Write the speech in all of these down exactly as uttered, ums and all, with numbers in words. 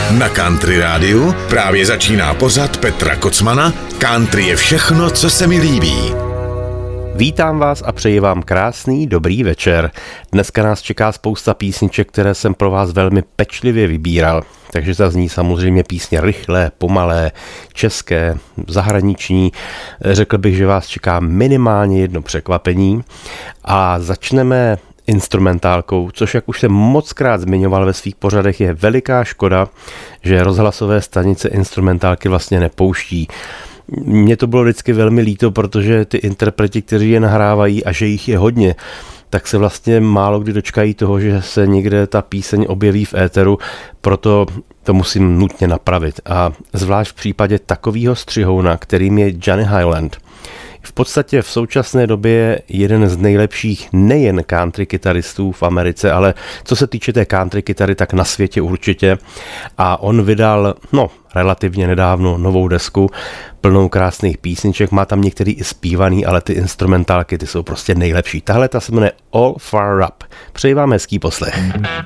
Na Country rádiu právě začíná pořad Petra Kocmana Country je všechno, co se mi líbí. Vítám vás a přeji vám krásný dobrý večer. Dneska nás čeká spousta písniček, které jsem pro vás velmi pečlivě vybíral. Takže zazní samozřejmě písně rychlé, pomalé, české, zahraniční. Řekl bych, že vás čeká minimálně jedno překvapení. A začneme instrumentálkou, což, jak už jsem mockrát zmiňoval ve svých pořadech, je veliká škoda, že rozhlasové stanice instrumentálky vlastně nepouští. Mně to bylo vždycky velmi líto, protože ty interpreti, kteří je nahrávají a že jich je hodně, tak se vlastně málo kdy dočkají toho, že se někde ta píseň objeví v éteru, proto to musím nutně napravit. A zvlášť v případě takového střihouna, kterým je Johnny Highland. V podstatě v současné době jeden z nejlepších nejen country kytaristů v Americe, ale co se týče té country kytary, tak na světě určitě. A on vydal, no, relativně nedávno novou desku, plnou krásných písniček, má tam některý i zpívaný, ale ty instrumentálky, ty jsou prostě nejlepší. Tahle ta se jmenuje All Far Up. Přeji vám hezký poslech.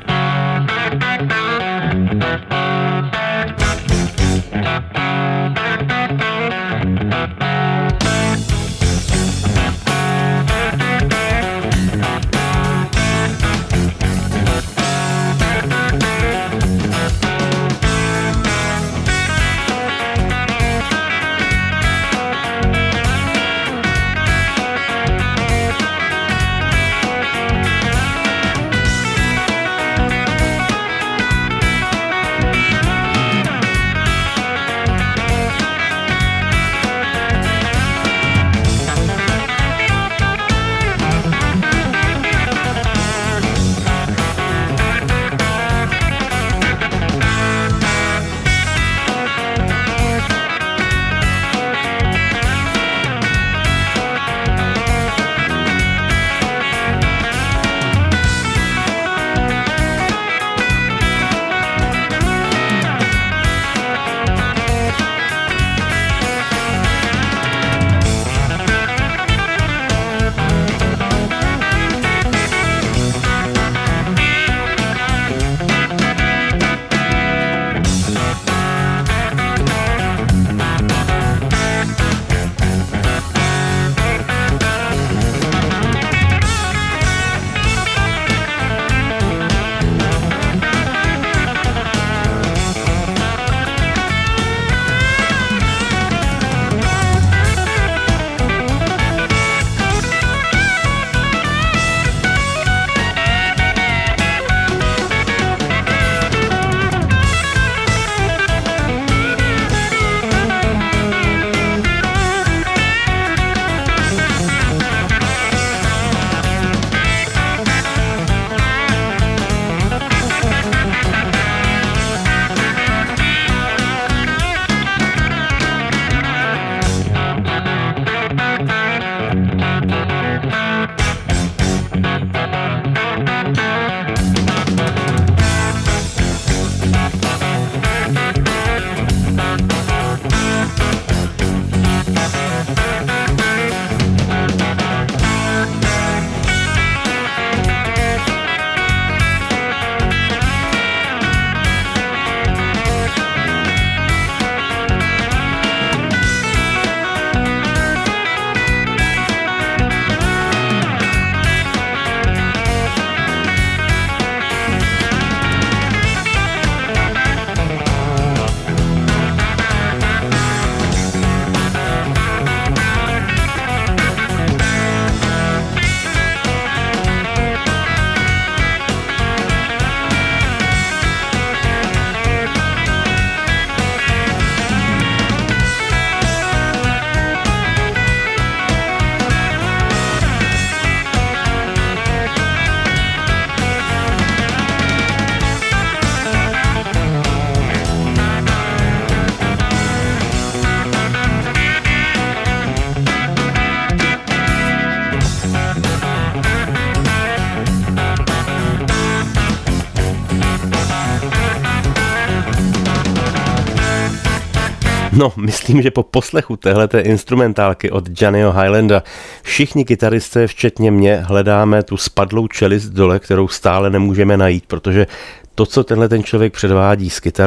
No, myslím, že po poslechu téhleté instrumentálky od Johnnyho Highlanda všichni kytaristé, včetně mě, hledáme tu spadlou čelist dole, kterou stále nemůžeme najít, protože to, co tenhle ten člověk předvádí s kytarou,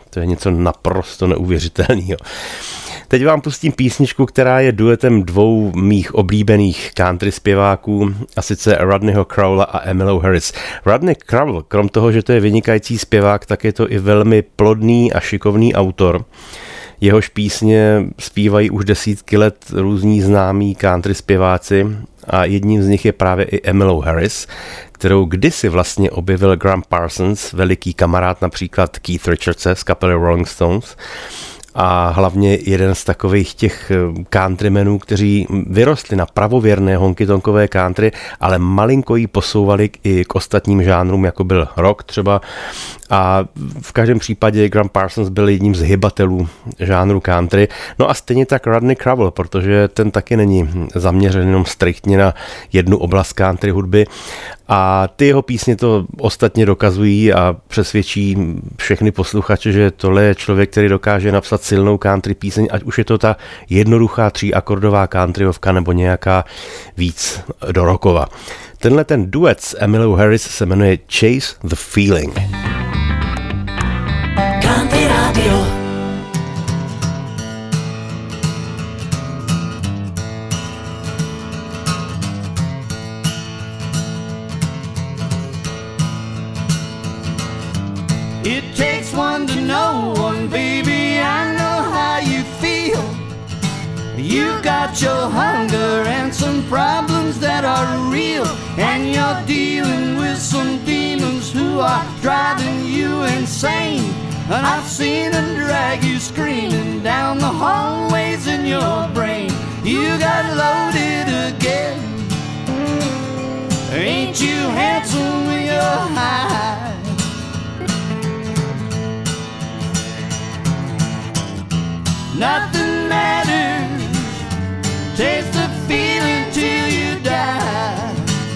To je něco naprosto neuvěřitelného. Teď vám pustím písničku, která je duetem dvou mých oblíbených country zpěváků, a sice Rodneyho Crowella a Emmylou Harris. Rodney Crowell, krom toho, že to je vynikající zpěvák, tak je to i velmi plodný a šikovný autor. Jehož písně zpívají už desítky let různí známí country zpěváci a jedním z nich je právě i Emmylou Harris, kterou kdysi vlastně objevil Gram Parsons, veliký kamarád například Keith Richardse z kapely Rolling Stones, a hlavně jeden z takových těch countrymenů, kteří vyrostli na pravověrné honky-tonkové country, ale malinko jí posouvali i k ostatním žánrům, jako byl rock třeba. A v každém případě Gram Parsons byl jedním z hybatelů žánru country. No a stejně tak Rodney Crowell, protože ten taky není zaměřen jenom striktně na jednu oblast country hudby. A ty jeho písně to ostatně dokazují a přesvědčí všechny posluchače, že tohle je člověk, který dokáže napsat silnou country píseň, ať už je to ta jednoduchá tříakordová countryovka nebo nějaká víc do rockova. Tenhle ten duet s Emmylou Harris se jmenuje Chase the Feeling. Country Radio. It takes one to know one, baby, I know how you feel. You got your hunger and some problems that are real, and you're dealing with some demons who are driving you insane. And I've seen them drag you screaming down the hallways in your brain. You got loaded again. Ain't you handsome with your high? Nothing matters. Taste the feeling till you die.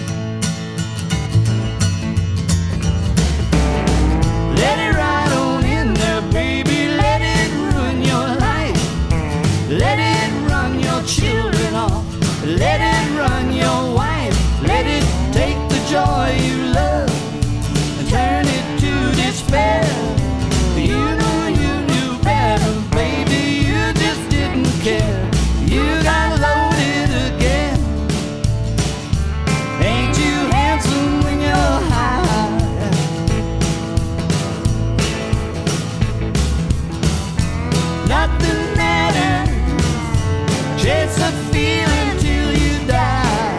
Let it ride on in there, baby. Let it ruin your life. Let it run your children off. Let it run your wife. Let it take the joy you love and turn it to despair. You know you knew better, baby. You just didn't care. You got loaded again. Ain't you handsome when you're high? Nothing matters. Chase the feeling till you die.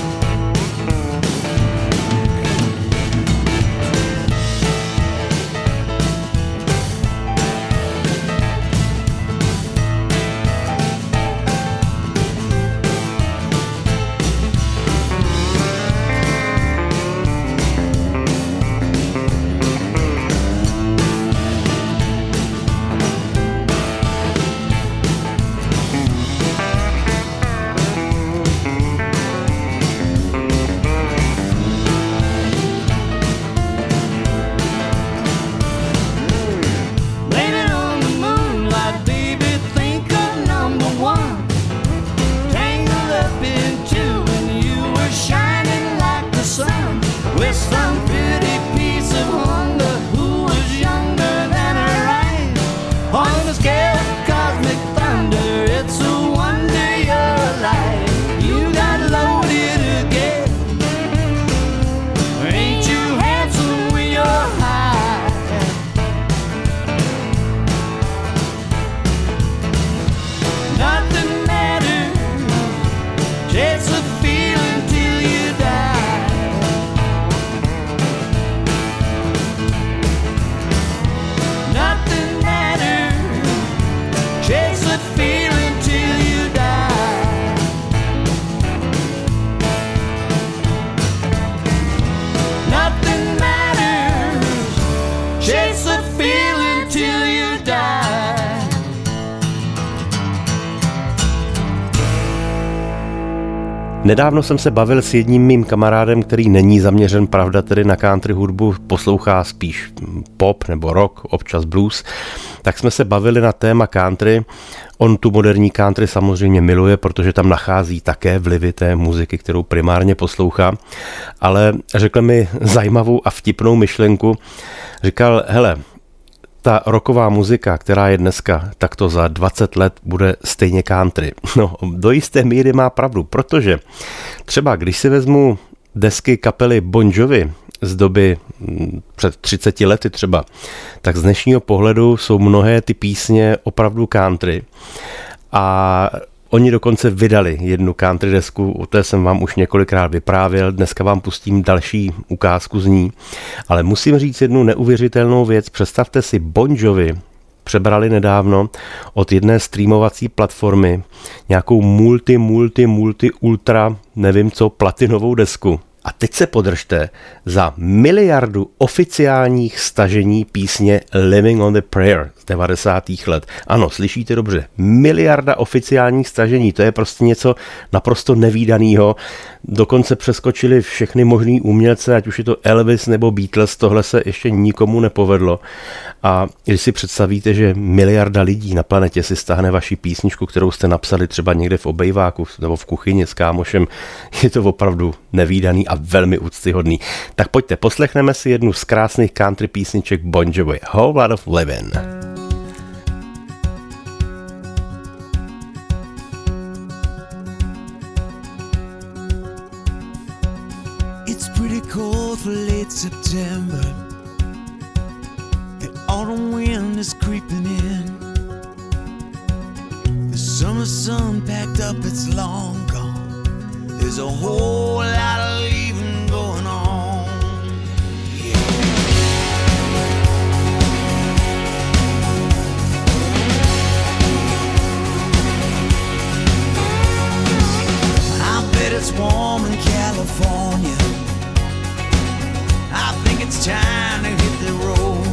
Nedávno jsem se bavil s jedním mým kamarádem, který není zaměřen, pravda, tedy na country hudbu, poslouchá spíš pop nebo rock, občas blues. Tak jsme se bavili na téma country. On tu moderní country samozřejmě miluje, protože tam nachází také vlivy té muziky, kterou primárně poslouchá. Ale řekl mi zajímavou a vtipnou myšlenku. Říkal, hele, ta rocková muzika, která je dneska, tak to za dvacet let bude stejně country. No, do jisté míry má pravdu, protože třeba když si vezmu desky kapely Bon Jovi z doby před třiceti lety třeba, tak z dnešního pohledu jsou mnohé ty písně opravdu country. A oni dokonce vydali jednu country desku, o té jsem vám už několikrát vyprávěl, dneska vám pustím další ukázku z ní. Ale musím říct jednu neuvěřitelnou věc, představte si, Bon Jovi přebrali nedávno od jedné streamovací platformy nějakou multi, multi, multi, ultra, nevím co, platinovou desku. A teď se podržte, za miliardu oficiálních stažení písně Living on the Prayer z devadesátých let. Ano, slyšíte dobře, miliarda oficiálních stažení, to je prostě něco naprosto nevídaného. Dokonce přeskočili všechny možný umělce, ať už je to Elvis nebo Beatles, tohle se ještě nikomu nepovedlo. A když si představíte, že miliarda lidí na planetě si stáhne vaši písničku, kterou jste napsali třeba někde v obejváku nebo v kuchyni s kámošem, je to opravdu nevídaný a velmi úctyhodný. Tak pojďte, poslechneme si jednu z krásných country písniček Bon Jovi, Whole Lot of Livin'. It's pretty cold for late September. The autumn wind is creeping in. The summer sun packed up, it's long gone. There's a whole lot of leaving going on. Yeah. I bet it's warm in California. I think it's time to hit the road.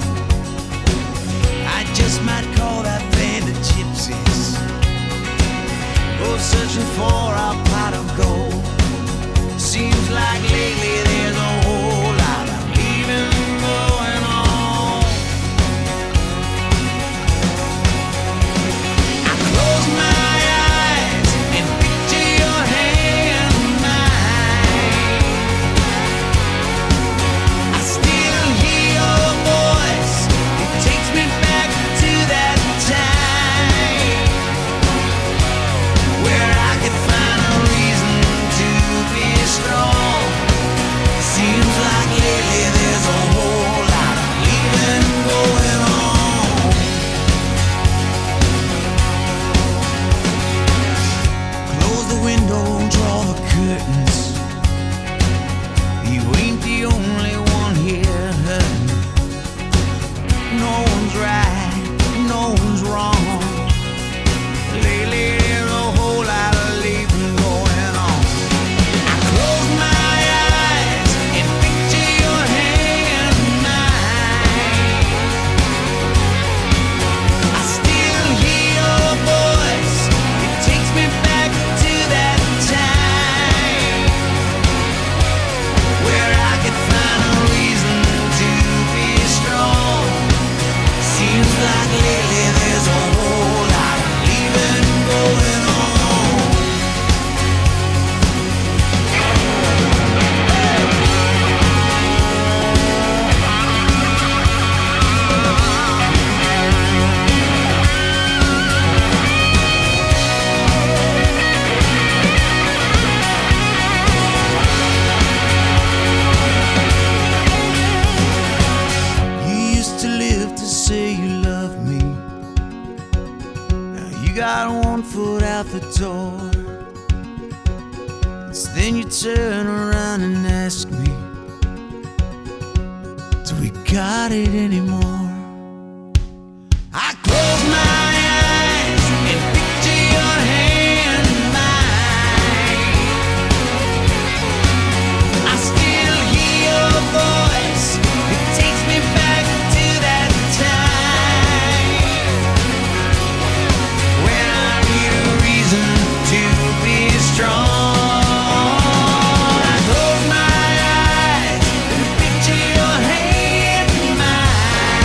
I just might call that band of gypsies. Go searching for our pot of gold. Seems like lately there's a whole lot of leaving going on. I close my eyes and picture your hand in mine. I still hear your voice. It takes me back to that time where I could find a reason to be strong. Seems like lately there's a whole lot of leaving going on. Close the window, draw the curtains. You ain't the only one here hurting. No one's right, no one's wrong. Lately there's a whole lot of leaving going on. I close my eyes and picture your hand in mine. I still hear your voice. It takes me back to that time where I could find a reason to be strong. Seems like lately there's a whole lot of leaving going on. You used to live to say you love me. Now you got one foot out the door. Then you turn around and ask me, do we got it anymore? I close my eyes and picture your hand in mine. I still hear your voice. It takes me back to that time when I need a reason to be strong. I close my eyes and picture your hand in mine.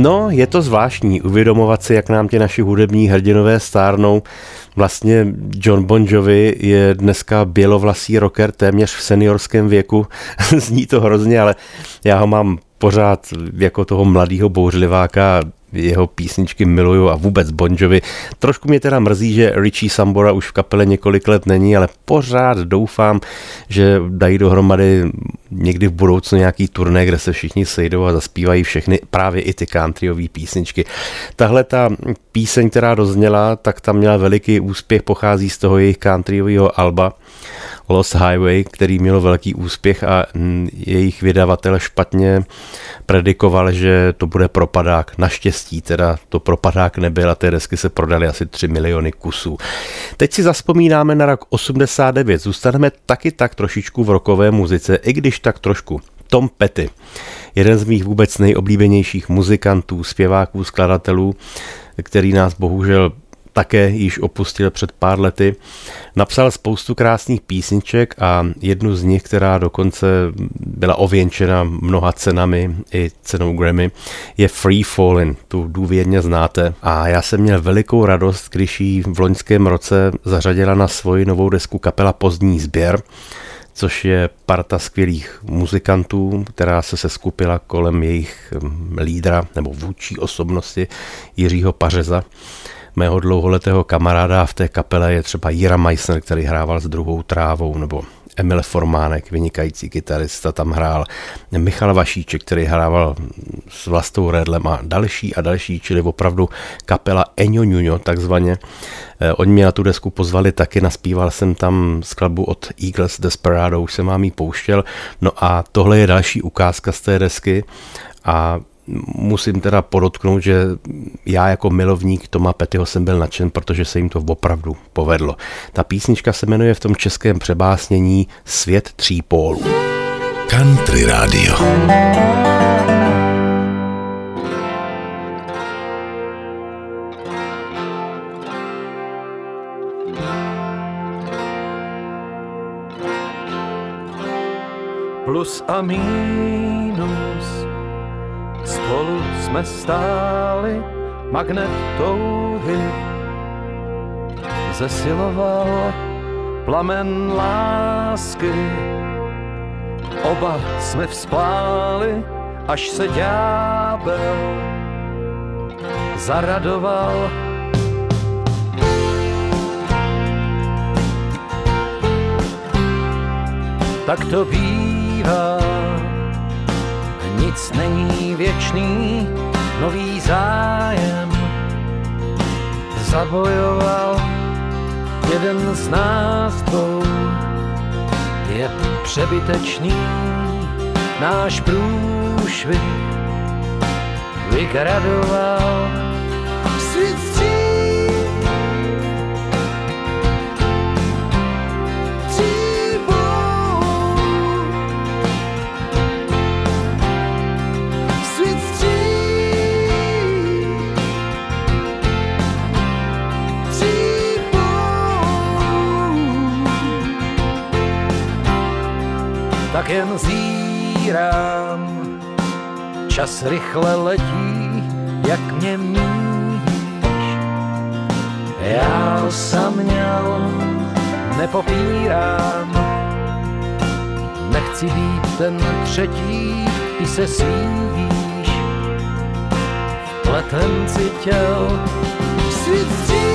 No, je to zvláštní uvědomovat si, jak nám ti naši hudební hrdinové stárnou. Vlastně John Bon Jovi je dneska bělovlasý rocker téměř v seniorském věku. Zní to hrozně, ale já ho mám pořád jako toho mladého bouřliváka, jeho písničky miluju a vůbec Bon Jovi. Trošku mě teda mrzí, že Richie Sambora už v kapele několik let není, ale pořád doufám, že dají dohromady někdy v budoucnu nějaký turné, kde se všichni sejdou a zaspívají všechny, právě i ty countryové písničky. Tahle ta píseň, která dozněla, tak tam měla veliký úspěch, pochází z toho jejich countryového alba Lost Highway, který měl velký úspěch a jejich vydavatel špatně predikoval, že to bude propadák. Naštěstí teda to propadák nebyl a té desky se prodaly asi tři miliony kusů. Teď si zazpomínáme na rok osmdesát devět. Zůstaneme taky tak trošičku v rockové muzice, i když tak trošku. Tom Petty, jeden z mých vůbec nejoblíbenějších muzikantů, zpěváků, skladatelů, který nás bohužel také již opustil před pár lety. Napsal spoustu krásných písniček a jednu z nich, která dokonce byla ověnčena mnoha cenami, i cenou Grammy, je Free Fallin', tu důvěrně znáte. A já jsem měl velikou radost, když ji v loňském roce zařadila na svoji novou desku kapela Pozdní sběr, což je parta skvělých muzikantů, která se seskupila kolem jejich lídra nebo vůdčí osobnosti Jiřího Pařeza, mého dlouholetého kamaráda. V té kapele je třeba Jira Meissner, který hrával s Druhou trávou, nebo Emil Formánek, vynikající kytarista, tam hrál Michal Vašíček, který hrával s Vlastou Redlem a další a další, čili opravdu kapela Eňo Ňuňo takzvaně. Oni mě na tu desku pozvali taky, naspíval jsem tam skladbu od Eagles Desperado, už jsem vám ji pouštěl. No a tohle je další ukázka z té desky a musím teda podotknout, že já jako milovník Toma Pettyho jsem byl nadšen, protože se jim to opravdu povedlo. Ta písnička se jmenuje v tom českém přebásnění Svět tří pólů. Country Radio. Plus a mínus, spolu jsme stáli, magnet touhy zesiloval plamen lásky. Oba jsme vzpláli, až se ďábel zaradoval. Tak to bývá, nic není věčný, nový zájem zabojoval. Jeden z nás dvou je přebytečný, náš průšvih vygradoval. Svět tak jen zírám, čas rychle letí, jak mě míjíš. Já osaměl, nepopírám, nechci být ten třetí, ty se svíjíš v pletenci těl. Svět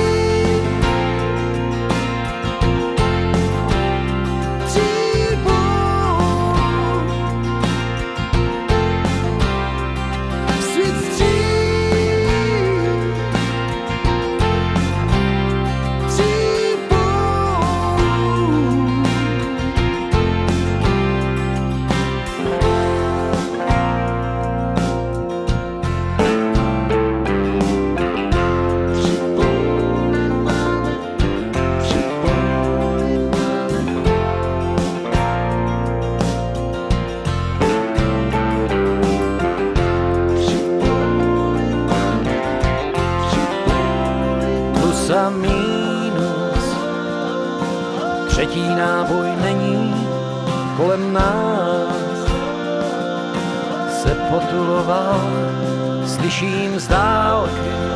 a mínus, třetí náboj není kolem nás, se potuloval slyším z dálky,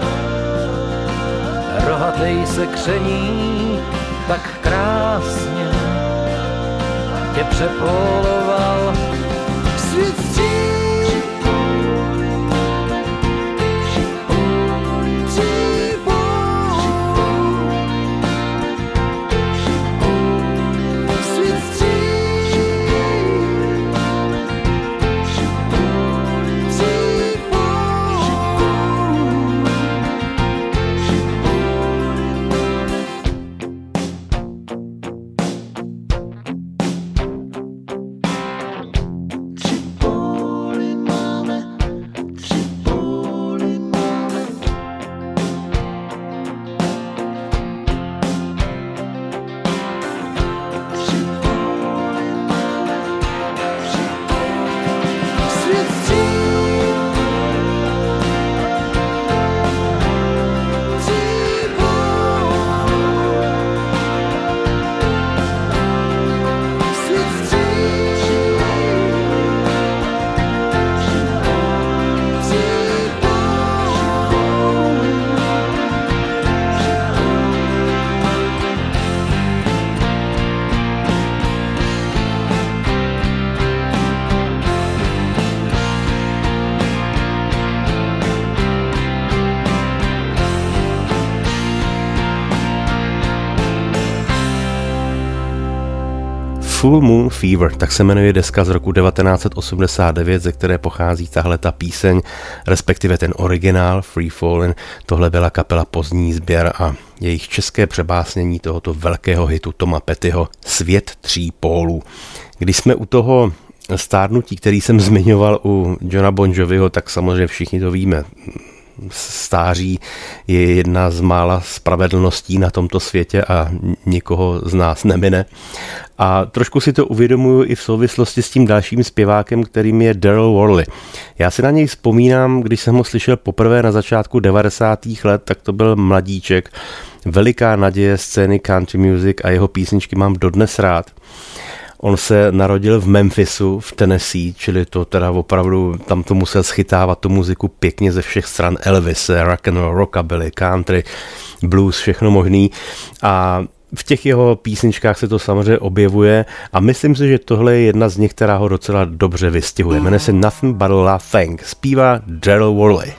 rohatej se kření, tak krásně tě přepoloval svět stín. Full Moon Fever, tak se jmenuje deska z roku devatenáct set osmdesát devět, ze které pochází tahle ta píseň, respektive ten originál Free Fallin'. Tohle byla kapela Pozdní sběr a jejich české přebásnění tohoto velkého hitu Toma Pettyho Svět tří pólů. Když jsme u toho stárnutí, který jsem zmiňoval u Johna Bon Joviho, tak samozřejmě všichni to víme. Stáří je jedna z mála spravedlností na tomto světě a nikoho z nás nemine. A trošku si to uvědomuji i v souvislosti s tím dalším zpěvákem, kterým je Daryl Worley. Já si na něj vzpomínám, když jsem ho slyšel poprvé na začátku devadesátých let, tak to byl mladíček, veliká naděje scény country music a jeho písničky mám dodnes rád. On se narodil v Memphisu v Tennessee, čili to teda opravdu, tam to musel schytávat tu muziku pěkně ze všech stran, Elvis, rock and roll, rockabilly, country, blues, všechno možný. A v těch jeho písničkách se to samozřejmě objevuje a myslím si, že tohle je jedna z nich, která ho docela dobře vystihuje. Jmenuje se Nothing But a Love Thing, zpívá Daryl Worley.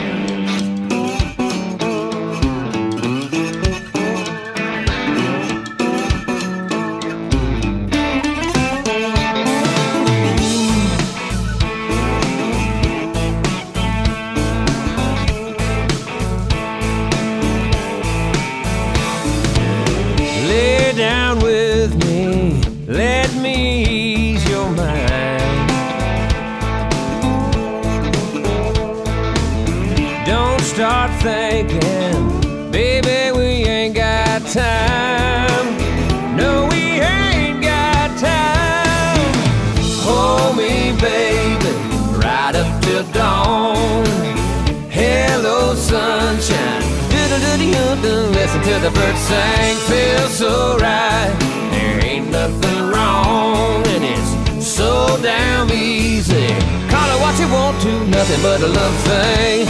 To the birds sing, feels so right. There ain't nothing wrong, and it's so damn easy. Call it what you want to, nothing but a love thing.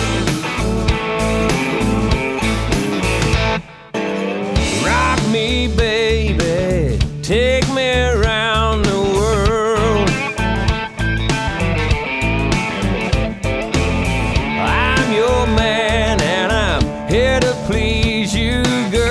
Rock me, baby, take me around the world. I'm your man, and I'm here to please you.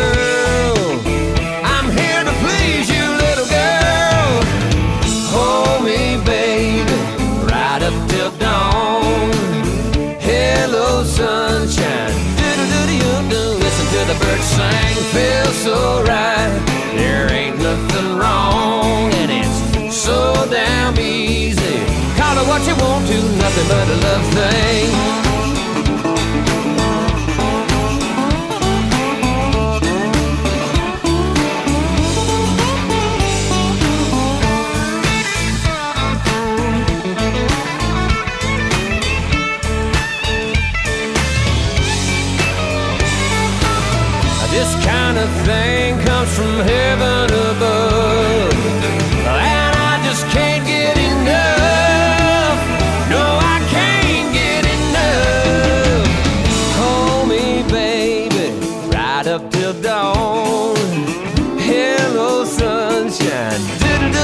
The birds sing, feels so right. There ain't nothing wrong, and it's so damn easy. Call it what you want to, nothing but a love thing. This kind of thing comes from heaven above, and I just can't get enough. No, I can't get enough.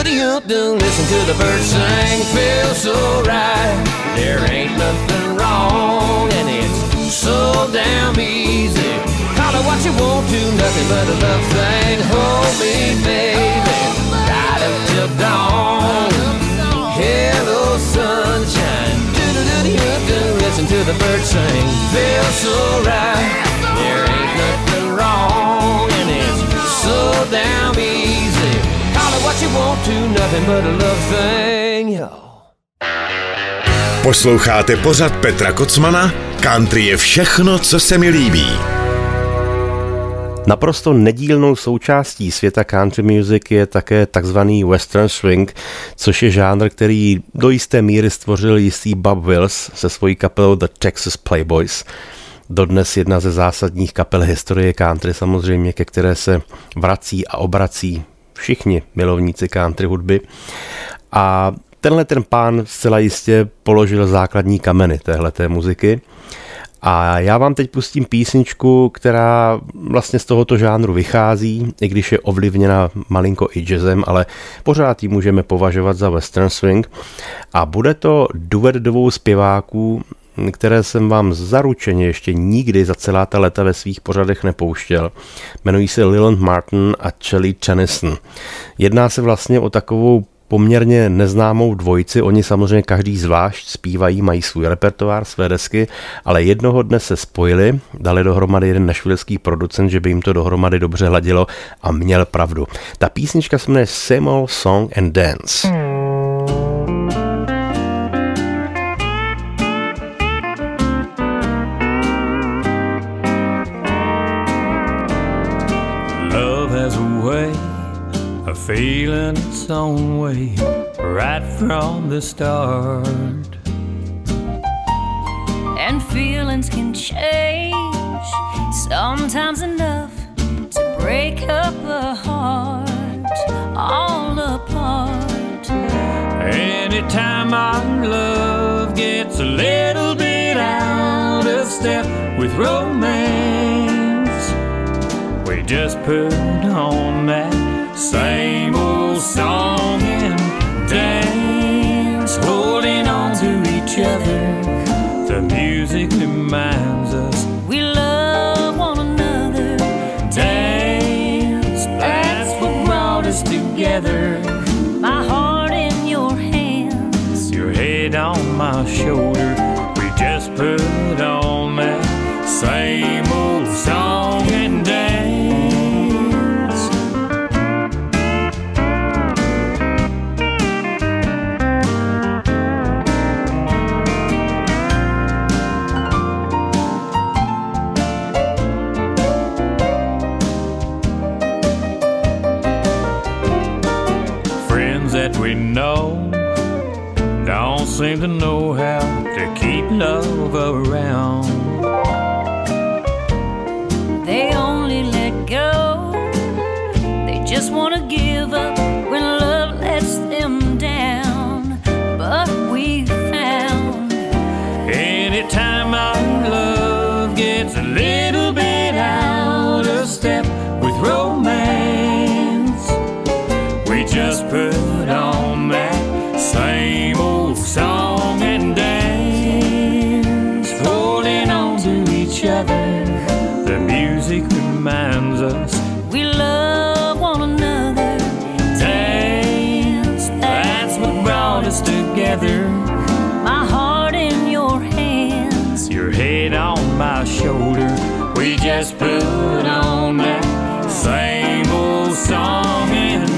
do-do-do-do-do, listen to the birds sing, feels so right. There ain't nothing wrong, and it's so damn easy. Call it what you want to, nothing but a love thing. Hold me, baby, right up till dawn. Hello, sunshine, do-do-do-do-do, listen to the birds sing, feels so right. There ain't nothing wrong, and it's so damn easy. Call it what you want to, nothing but a love thing, yo. Posloucháte pořad Petra Kocmana? Country je všechno, co se mi líbí. Naprosto nedílnou součástí světa country music je také takzvaný western swing, což je žánr, který do jisté míry stvořil jistý Bob Wills se svojí kapelou The Texas Playboys. Dodnes jedna ze zásadních kapel historie country samozřejmě, ke které se vrací a obrací všichni milovníci country hudby. A tenhle ten pán zcela jistě položil základní kameny téhleté muziky. A já vám teď pustím písničku, která vlastně z tohoto žánru vychází, i když je ovlivněna malinko i jazzem, ale pořád ji můžeme považovat za western swing. A bude to duet dvou zpěváků, které jsem vám zaručeně ještě nikdy za celá ta léta ve svých pořadech nepouštěl. Jmenují se Leland Martin a Shelly Tennyson. Jedná se vlastně o takovou poměrně neznámou dvojici, oni samozřejmě každý zvlášť zpívají, mají svůj repertoár, své desky, ale jednoho dne se spojili, dali dohromady jeden nashvilleský producent, že by jim to dohromady dobře hladilo a měl pravdu. Ta písnička se jmenuje Same Old Song and Dance. Feeling its own way right from the start. And feelings can change, sometimes enough to break up a heart all apart. Anytime our love gets a little bit out of step with romance, we just put on that same old song and dance, holding on to each other. The music reminds us we love one another. Dance, that's what brought us together. My heart in your hands, your head on my shoulder. We just put on that same old song and dance. That we know don't seem to know how to keep love around. they only let go. They just want to give up when love lets them down. But we found anytime our love gets a little bit out of step with romance, we just put on that same old song and dance, holding on to each other. The music reminds us we love one another. Dance, that's what brought us together. My heart in your hands, your head on my shoulder. We just put on that same old song and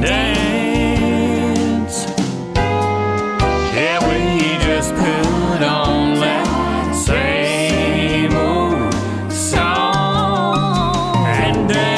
dance. Yeah, we just put on that same old song and dance.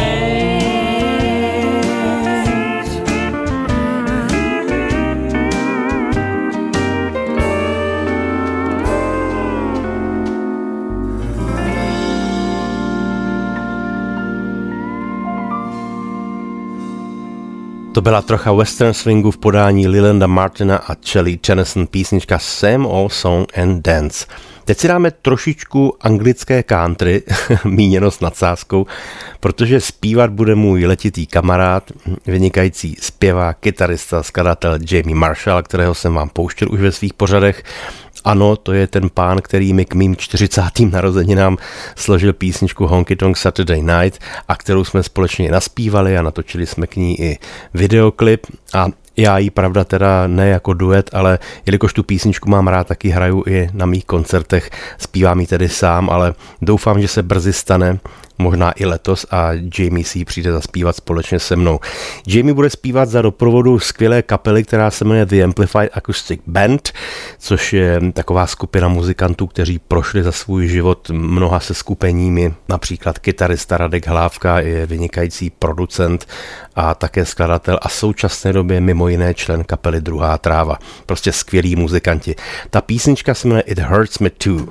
To byla trocha western swingu v podání Lelanda Martina a Shelly Tennyson, písnička Same Old Song and Dance. Teď si dáme trošičku anglické country, míněno s nadsázkou, protože zpívat bude můj letitý kamarád, vynikající zpěvák, kytarista, skladatel Jamie Marshall, kterého jsem vám pouštěl už ve svých pořadech. Ano, to je ten pán, který mi k mým čtyřicátým narozeninám složil písničku Honky Tonk Saturday Night a kterou jsme společně naspívali a natočili jsme k ní i videoklip a já ji, pravda, teda ne jako duet, ale jelikož tu písničku mám rád, taky hraju i na mých koncertech, zpívám ji tedy sám, ale doufám, že se brzy stane, možná i letos, a Jamie si ji přijde zaspívat společně se mnou. Jamie bude zpívat za doprovodu skvělé kapely, která se jmenuje The Amplified Acoustic Band, což je taková skupina muzikantů, kteří prošli za svůj život mnoha seskupeními, například kytarista Radek Hlávka je vynikající producent a také skladatel a v současné době mimo jiné člen kapely Druhá tráva. Prostě skvělí muzikanti. Ta písnička se jmenuje It Hurts Me Too.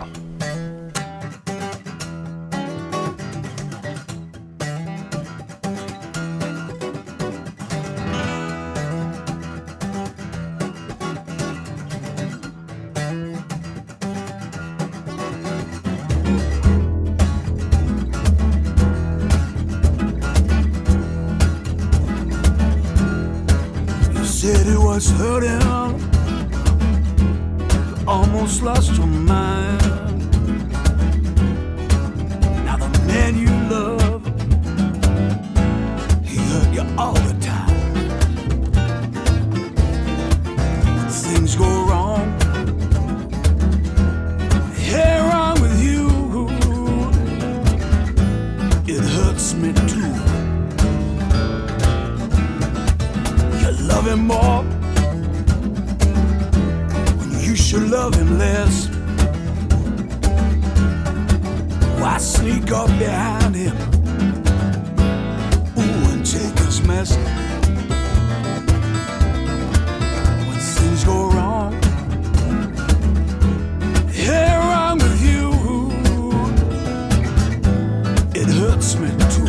Said it was hurting, almost lost your mind. Now the man you love, he hurt you all the time. When things go wrong, hey, wrong with you, it hurts me too. Love him more when you should love him less. Why sneak up behind him, ooh, and take his mess? When things go wrong, hey, wrong with you, it hurts me too.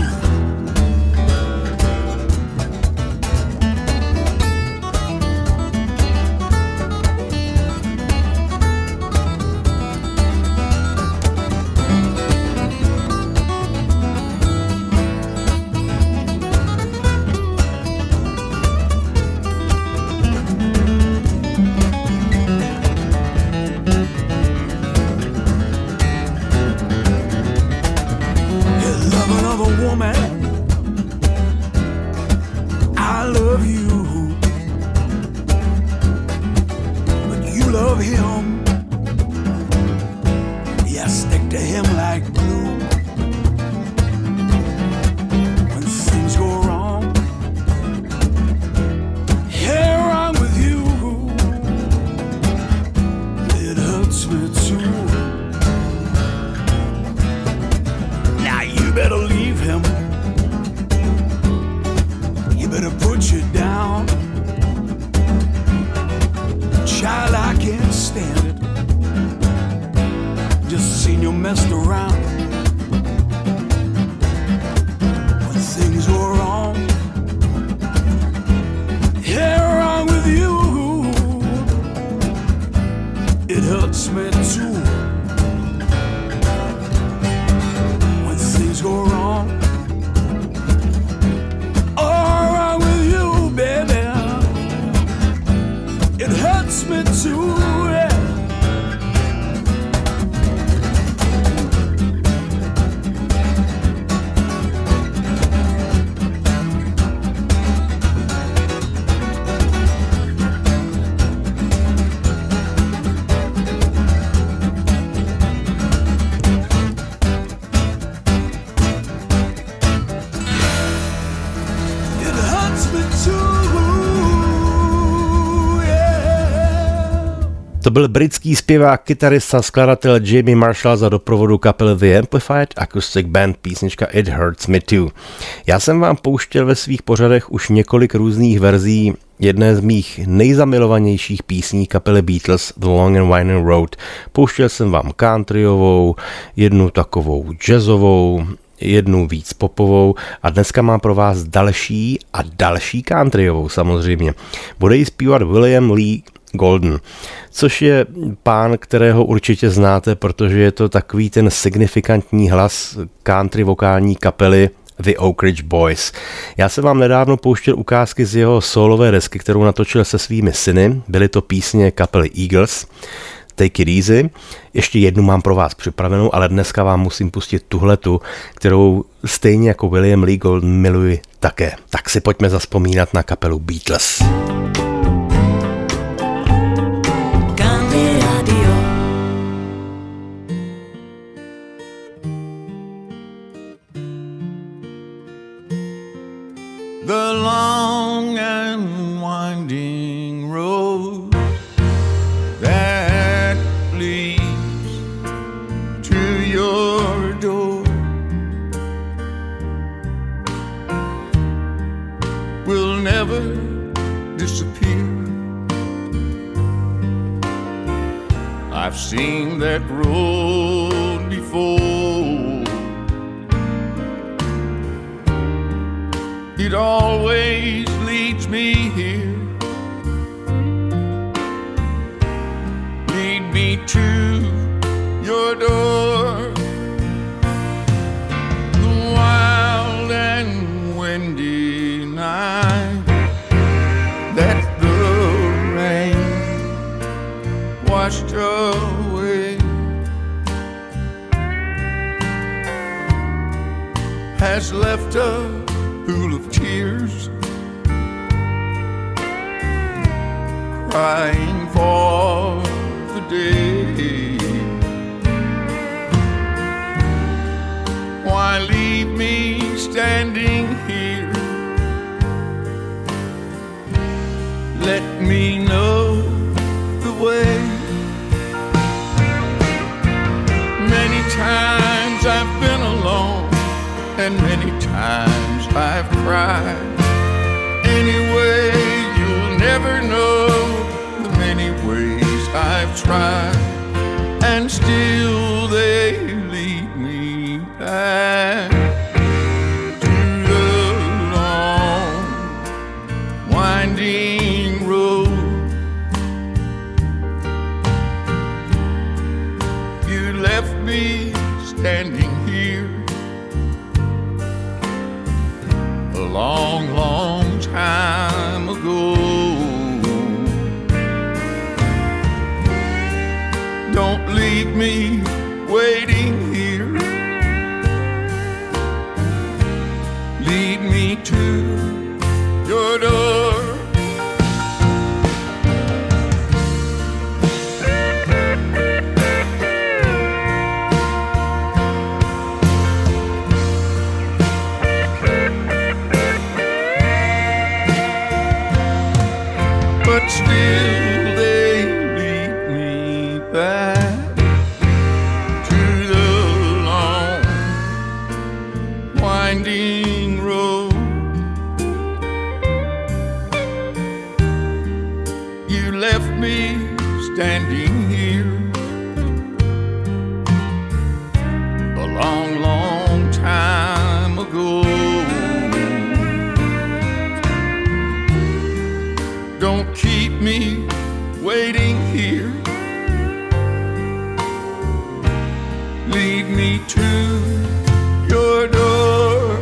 To byl britský zpěvák, kytarista, skladatel Jamie Marshall za doprovodu kapely The Amplified Acoustic Band, písnička It Hurts Me Too. Já jsem vám pouštěl ve svých pořadech už několik různých verzí jedné z mých nejzamilovanějších písní kapely Beatles, The Long and Winding Road. Pouštěl jsem vám countryovou, jednu takovou jazzovou, jednu víc popovou a dneska mám pro vás další a další countryovou samozřejmě. Bude ji zpívat William Lee Golden, což je pán, kterého určitě znáte, protože je to takový ten signifikantní hlas country vokální kapely The Oak Ridge Boys. Já jsem vám nedávno pouštěl ukázky z jeho solové desky, kterou natočil se svými syny. Byly to písně kapely Eagles, Take It Easy. Ještě jednu mám pro vás připravenou, ale dneska vám musím pustit tuhletu, kterou stejně jako William Lee Golden miluji také. Tak si pojďme zazpomínat na kapelu Beatles. The long and winding road that leads to your door will never disappear. I've seen that road before. It always leads me here. Lead me to your door. The wild and windy night that the rain washed away has left a pool of tears, crying for the day. Why leave me standing here? Let me know the way. Many times I've been alone, and many times I've cried. Anyway, you'll never know the many ways I've tried, and still they lead me back to the long, winding road. You left me standing here a long, long time ago. Don't leave me waiting here. Lead me to your door. But still they lead me back to the long, winding road. You left me standing here a long, long time ago. Don't keep me waiting here. Lead me to your door.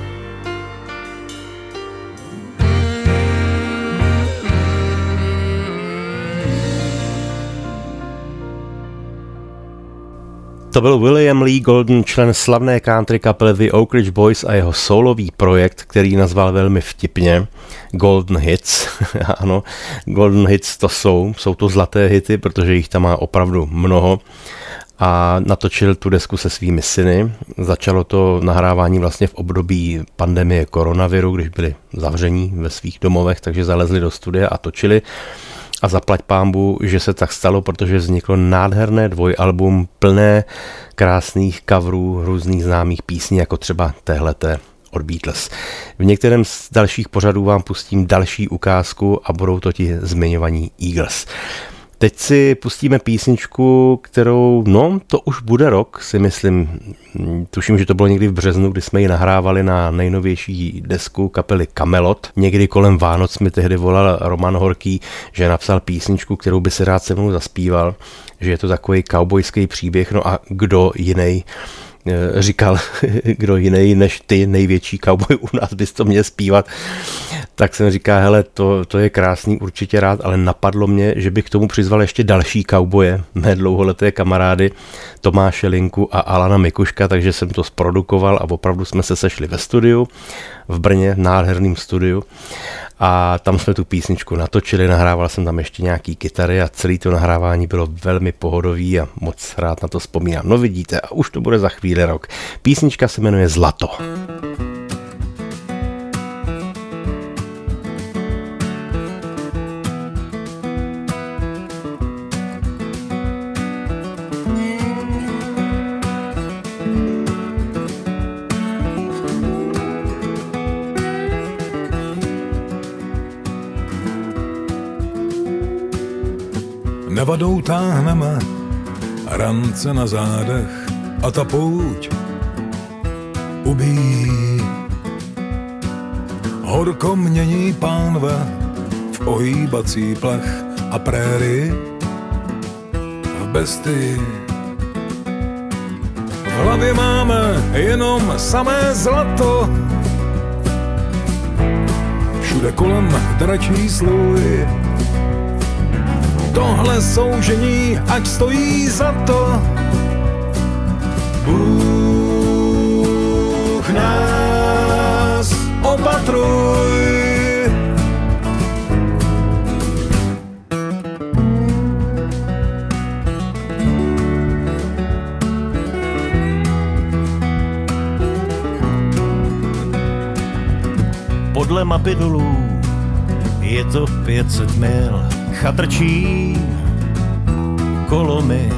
To byl William Lee Golden, člen slavné country kapely The Oak Ridge Boys a jeho solový projekt, který nazval velmi vtipně Golden Hits. Ano, Golden Hits to jsou, jsou to zlaté hity, protože jich tam má opravdu mnoho. A natočil tu desku se svými syny. Začalo to nahrávání vlastně v období pandemie koronaviru, když byli zavření ve svých domovech, takže zalezli do studia a točili. A zaplať pánbu, že se tak stalo, protože vzniklo nádherné dvojalbum plné krásných coverů různých známých písní, jako třeba téhleté od Beatles. V některém z dalších pořadů vám pustím další ukázku a budou to ti zmiňovaní Eagles. Teď si pustíme písničku, kterou, no, to už bude rok, si myslím. Tuším, že to bylo někdy v březnu, kdy jsme ji nahrávali na nejnovější desku kapely Kamelot. Někdy kolem Vánoc mi tehdy volal Roman Horký, že napsal písničku, kterou by si rád se mnou zaspíval, že je to takový kaubojský příběh, no a kdo jiný říkal, kdo jiný než ty, největší kauboj u nás, bys to měl zpívat. Tak jsem říkal, hele, to, to je krásný, určitě rád, ale napadlo mě, že bych k tomu přizval ještě další kauboje, mé dlouholeté kamarády Tomáše Linku a Alana Mikuška, takže jsem to zprodukoval a opravdu jsme se sešli ve studiu v Brně, v nádherném studiu. A tam jsme tu písničku natočili, nahrával jsem tam ještě nějaký kytary a celé to nahrávání bylo velmi pohodový a moc rád na to vzpomínám. No vidíte, a už to bude za chvíli rok. Písnička se jmenuje Zlato. Nevadou táhneme rance na zádech a ta pouť ubíjí. Horko mění pánve v ohýbací plech a prérii v bestii. V hlavě máme jenom samé zlato, všude kolem dračí slůj. Tohle soužení, ať stojí za to. Bůh nás opatruj. Podle mapy dolů je to pět set mil. Chatrčí kolomy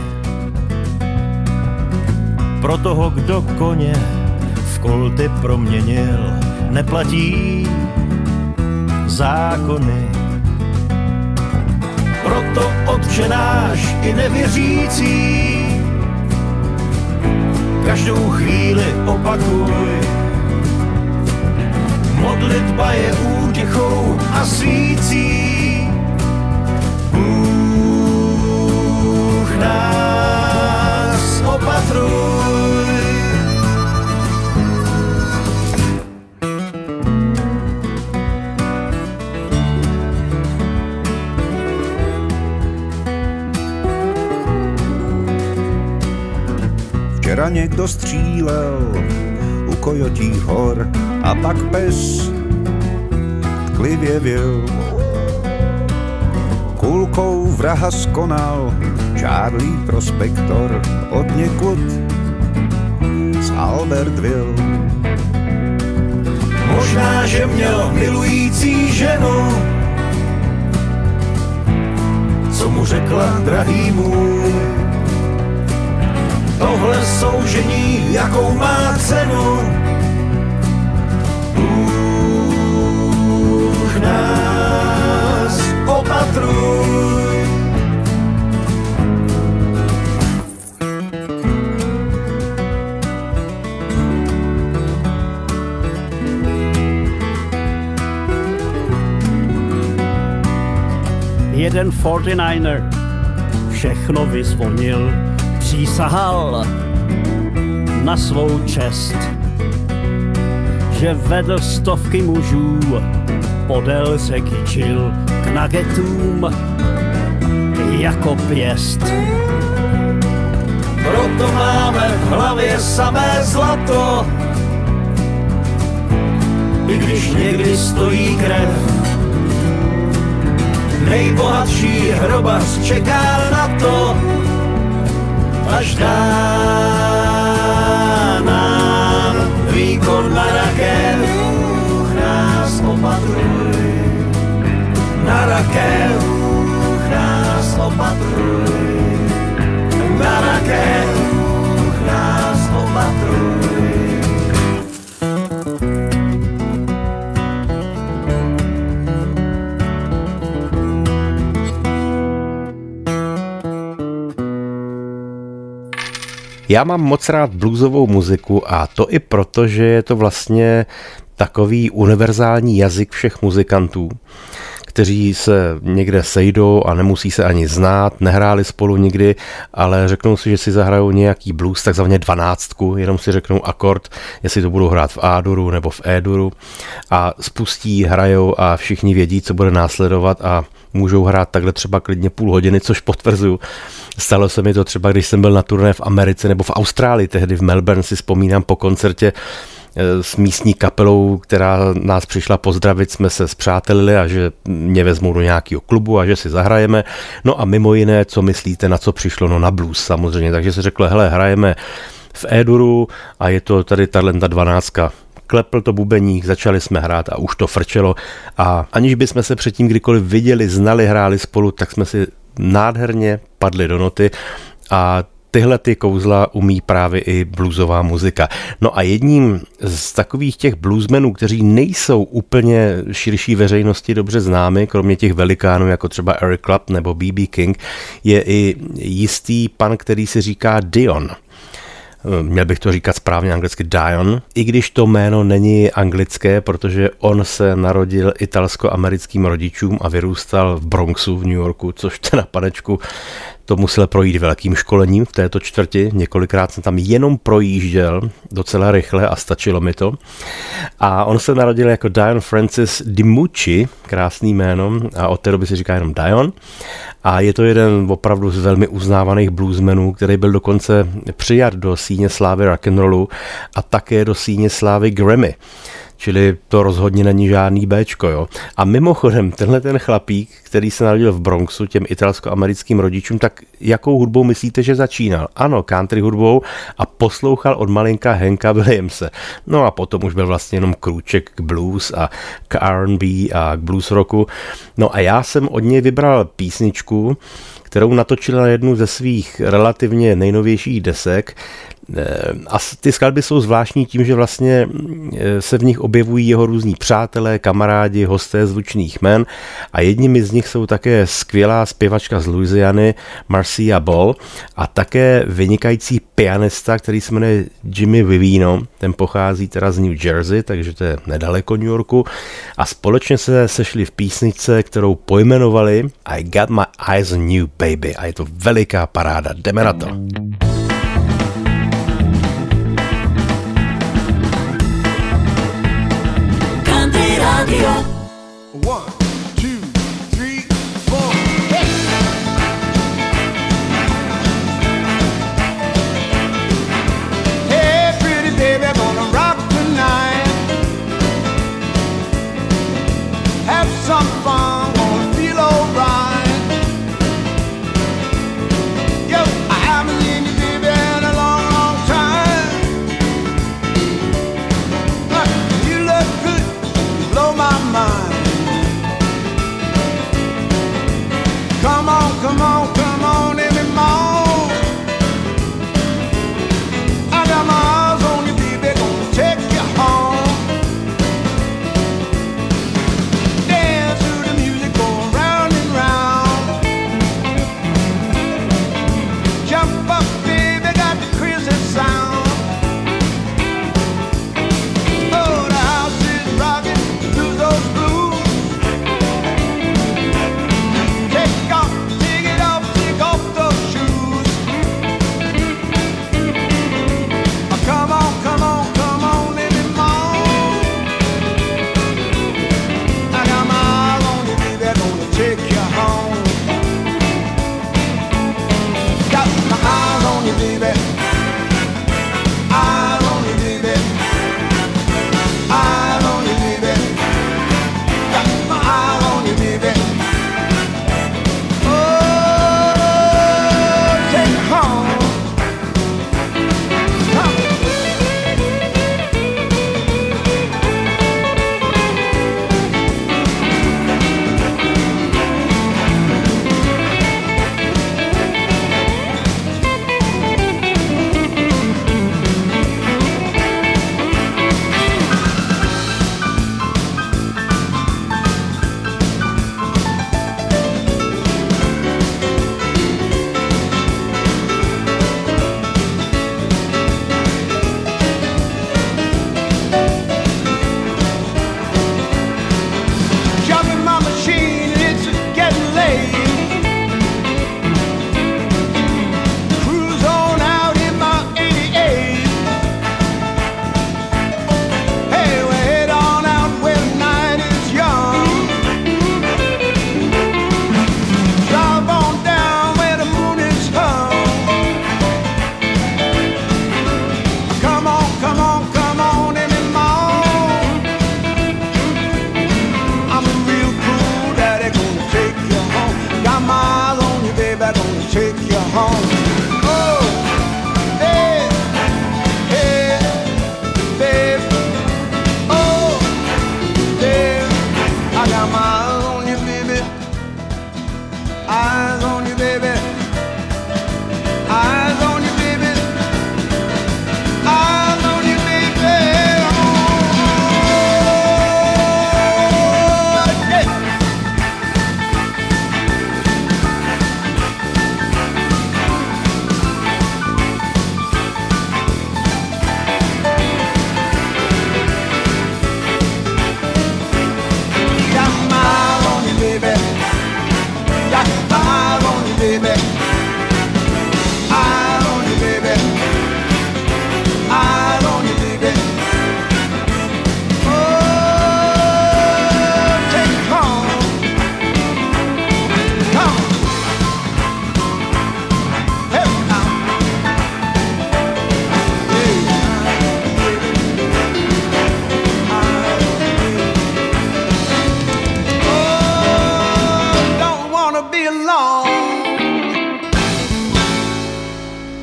pro toho, kdo koně v kolty proměnil, neplatí zákony. Proto Otče náš i nevěřící každou chvíli opakuj. Modlitba je útěchou a svící. Bůh nás opatruj. Včera někdo střílel u Kojotích hor a pak pes tklivě vil. Kulkou vraha skonal Charlie Prospektor od někud z Albertville. Možná, že měl milující ženu, co mu řekla, drahý můj, tohle soužení, jakou má cenu. Bůh nás opatruj. Jeden forty-niner všechno vyzvonil, přísahal na svou čest, že vedl stovky mužů podél řeky Chill k nuggetům jako pěst. Proto máme v hlavě samé zlato, i když někdy stojí krev. Nejbohatší hrobař čeká na to, až dá nám výkon na rakev. Bůh nás opatruj, na rakev. Bůh nás opatruj, na rakev. Bůh nás opatruj. Já mám moc rád bluesovou muziku a to i proto, že je to vlastně takový univerzální jazyk všech muzikantů, kteří se někde sejdou a nemusí se ani znát, nehráli spolu nikdy, ale řeknou si, že si zahrajou nějaký blues, takzvaně dvanáctku, jenom si řeknou akord, jestli to budou hrát v A-duru nebo v E-duru a spustí, hrajou a všichni vědí, co bude následovat a můžou hrát takhle třeba klidně půl hodiny, což potvrzuju. Stalo se mi to třeba, když jsem byl na turné v Americe nebo v Austrálii, tehdy v Melbourne si vzpomínám po koncertě s místní kapelou, která nás přišla pozdravit, jsme se spřátelili a že mě vezmou do nějakého klubu a že si zahrajeme. No a mimo jiné, co myslíte, na co přišlo? No na blues samozřejmě. Takže se řeklo, hele, hrajeme v E-duru a je to tady talenta dvanáctka. Klepl to bubeník, začali jsme hrát a už to frčelo a aniž bychom se předtím kdykoliv viděli, znali, hráli spolu, tak jsme si nádherně padli do noty a tyhle ty kouzla umí právě i bluesová muzika. No a jedním z takových těch bluesmenů, kteří nejsou úplně širší veřejnosti dobře známi, kromě těch velikánů jako třeba Eric Clapton nebo B B King, je i jistý pan, který se říká Dion. Měl bych to říkat správně anglicky Dion, i když to jméno není anglické, protože on se narodil italsko-americkým rodičům a vyrůstal v Bronxu v New Yorku, což ten panečku to musel projít velkým školením v této čtvrti. Několikrát jsem tam jenom projížděl docela rychle a stačilo mi to. A on se narodil jako Dion Francis DiMucci, krásný jméno, a od té doby se říká jenom Dion. A je to jeden opravdu z velmi uznávaných bluesmenů, který byl dokonce přijat do síně slávy rock'n'rollu a také do síně slávy Grammy. Čili to rozhodně není žádný béčko, jo. A mimochodem, tenhle ten chlapík, který se narodil v Bronxu těm italsko-americkým rodičům, tak jakou hudbou myslíte, že začínal? Ano, country hudbou a poslouchal od malinka Hanka Williamse. No a potom už byl vlastně jenom krůček k blues a k R and B a k blues rocku. No a já jsem od něj vybral písničku, kterou natočil na jednu ze svých relativně nejnovějších desek. A ty skladby jsou zvláštní tím, že vlastně se v nich objevují jeho různí přátelé, kamarádi, hosté zvučných jmen a jedními z nich jsou také skvělá zpěvačka z Louisiany Marcia Ball a také vynikající pianista, který se jmenuje Jimmy Vivino, ten pochází teda z New Jersey, takže to je nedaleko New Yorku a společně se sešli v písničce, kterou pojmenovali I Got My Eyes on You Baby a je to veliká paráda, jdeme na to. One, two, three, four. Hey! Hey, pretty baby, gonna rock tonight. Have some fun, gonna feel alright. Yo, I haven't seen you, baby, in a long, long time. Look, you look good, you blow my mind. Come on, come on, come on, every morning. I got my eyes on you, baby, gonna take you home. Dance to the music, go round and round. Jump up, baby, got the crazy sound. Oh, the house is rocking, lose those blues.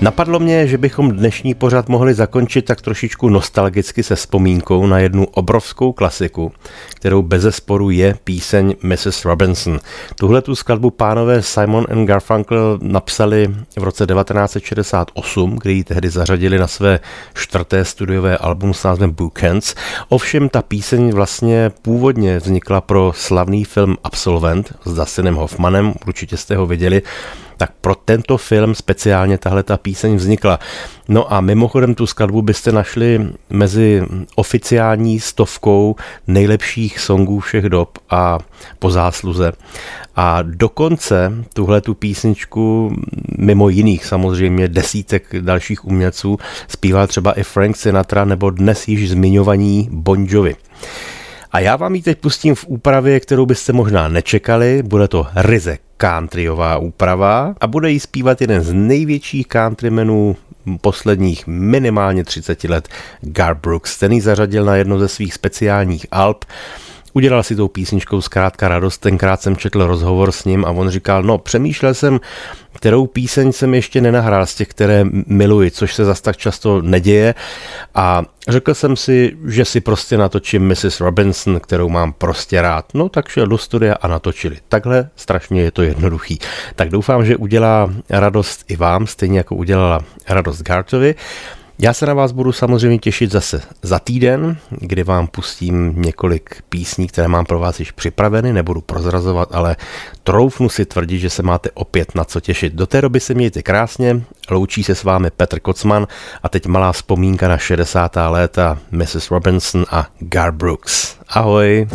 Napadlo mě, že bychom dnešní pořad mohli zakončit tak trošičku nostalgicky se vzpomínkou na jednu obrovskou klasiku, kterou bezesporu je píseň missus Robinson. Tuhle tu skladbu pánové Simon and Garfunkel napsali v roce devatenáct set šedesát osm, kdy ji tehdy zařadili na své čtvrté studiové album s názvem Bookends. Ovšem ta píseň vlastně původně vznikla pro slavný film Absolvent s Dustinem Hoffmanem, určitě jste ho viděli. Tak pro tento film speciálně tahle ta píseň vznikla. No a mimochodem tu skladbu byste našli mezi oficiální stovkou nejlepších songů všech dob a po zásluze. A dokonce tuhle tu písničku, mimo jiných samozřejmě desítek dalších umělců, zpíval třeba i Frank Sinatra nebo dnes již zmiňovaní Bon Jovi. A já vám ji teď pustím v úpravě, kterou byste možná nečekali. Bude to ryze countryová úprava a bude jí zpívat jeden z největších countrymenů posledních minimálně třicet let, Garth Brooks. Ten ji zařadil na jedno ze svých speciálních alb. Udělal si tou písničkou zkrátka radost, tenkrát jsem četl rozhovor s ním a on říkal, no přemýšlel jsem, kterou píseň jsem ještě nenahrál z těch, které miluji, což se zas tak často neděje a řekl jsem si, že si prostě natočím missus Robinson, kterou mám prostě rád. No tak šel do studia a natočili. Takhle strašně je to jednoduchý. Tak doufám, že udělá radost i vám, stejně jako udělala radost Garthovi. Já se na vás budu samozřejmě těšit zase za týden, kdy vám pustím několik písní, které mám pro vás již připraveny, nebudu prozrazovat, ale troufnu si tvrdit, že se máte opět na co těšit. Do té doby se mějte krásně, loučí se s vámi Petr Kocman a teď malá vzpomínka na šedesátá léta missus Robinson a Garth Brooks. Ahoj!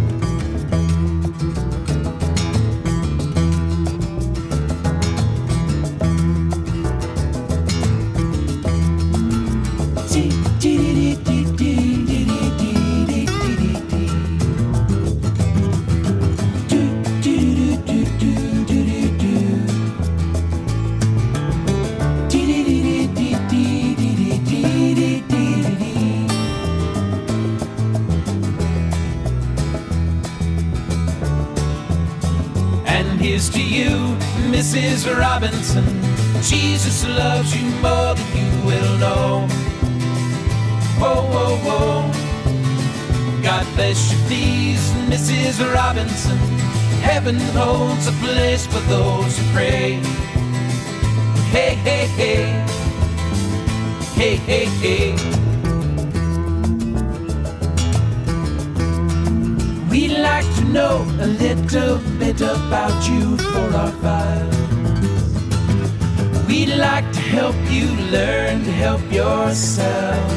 Here's to you, missus Robinson. Jesus loves you more than you will know. Whoa, whoa, whoa. God bless you, please, missus Robinson. Heaven holds a place for those who pray. Hey, hey, hey. Hey, hey, hey. We'd like to know a little bit about you for our files. We'd like to help you learn to help yourself.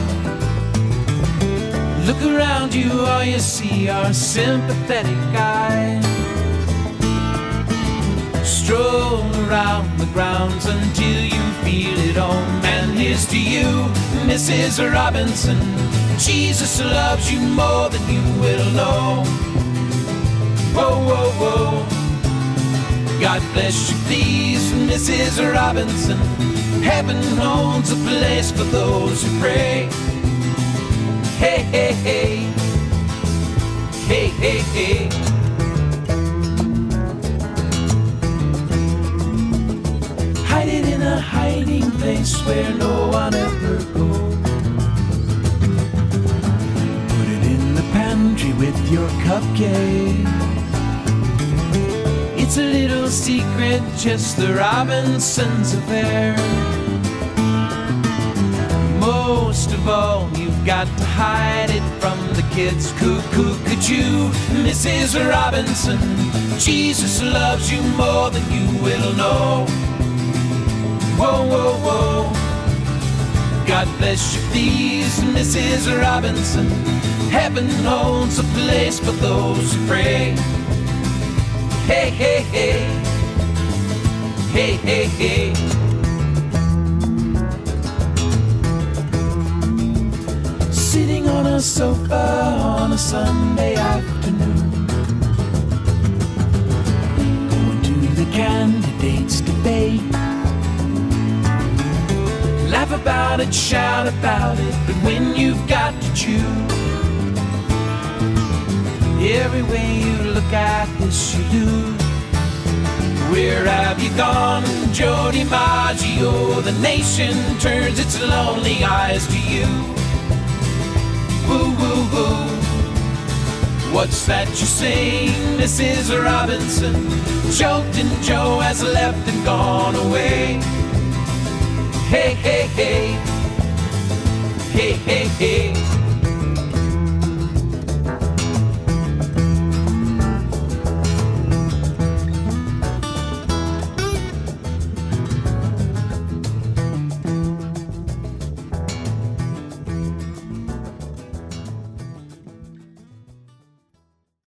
Look around you, all you see are sympathetic eyes. Stroll around the grounds until you feel at home. And here's to you, missus Robinson. Jesus loves you more than you will know. Whoa, whoa, whoa. God bless you, please, missus Robinson. Heaven holds a place for those who pray. Hey, hey, hey. Hey, hey, hey. Hide it in a hiding place where no one ever goes. Put it in the pantry with your cupcake. It's a little secret, just the Robinsons affair. Most of all, you've got to hide it from the kids. Cuckoo, could you, missus Robinson? Jesus loves you more than you will know. Whoa, whoa, whoa. God bless you, please, missus Robinson. Heaven holds a place for those who pray. Hey, hey, hey. Hey, hey, hey. Sitting on a sofa on a Sunday afternoon, going to the candidates' debate. Laugh about it, shout about it, but when you've got to choose, every way you look at this you lose. Where have you gone, Joe DiMaggio? The nation turns its lonely eyes to you. Woo, woo, woo. What's that you sing, Missus Robinson? Choked and Joe has left and gone away. Hey, hey, hey. Hey, hey, hey.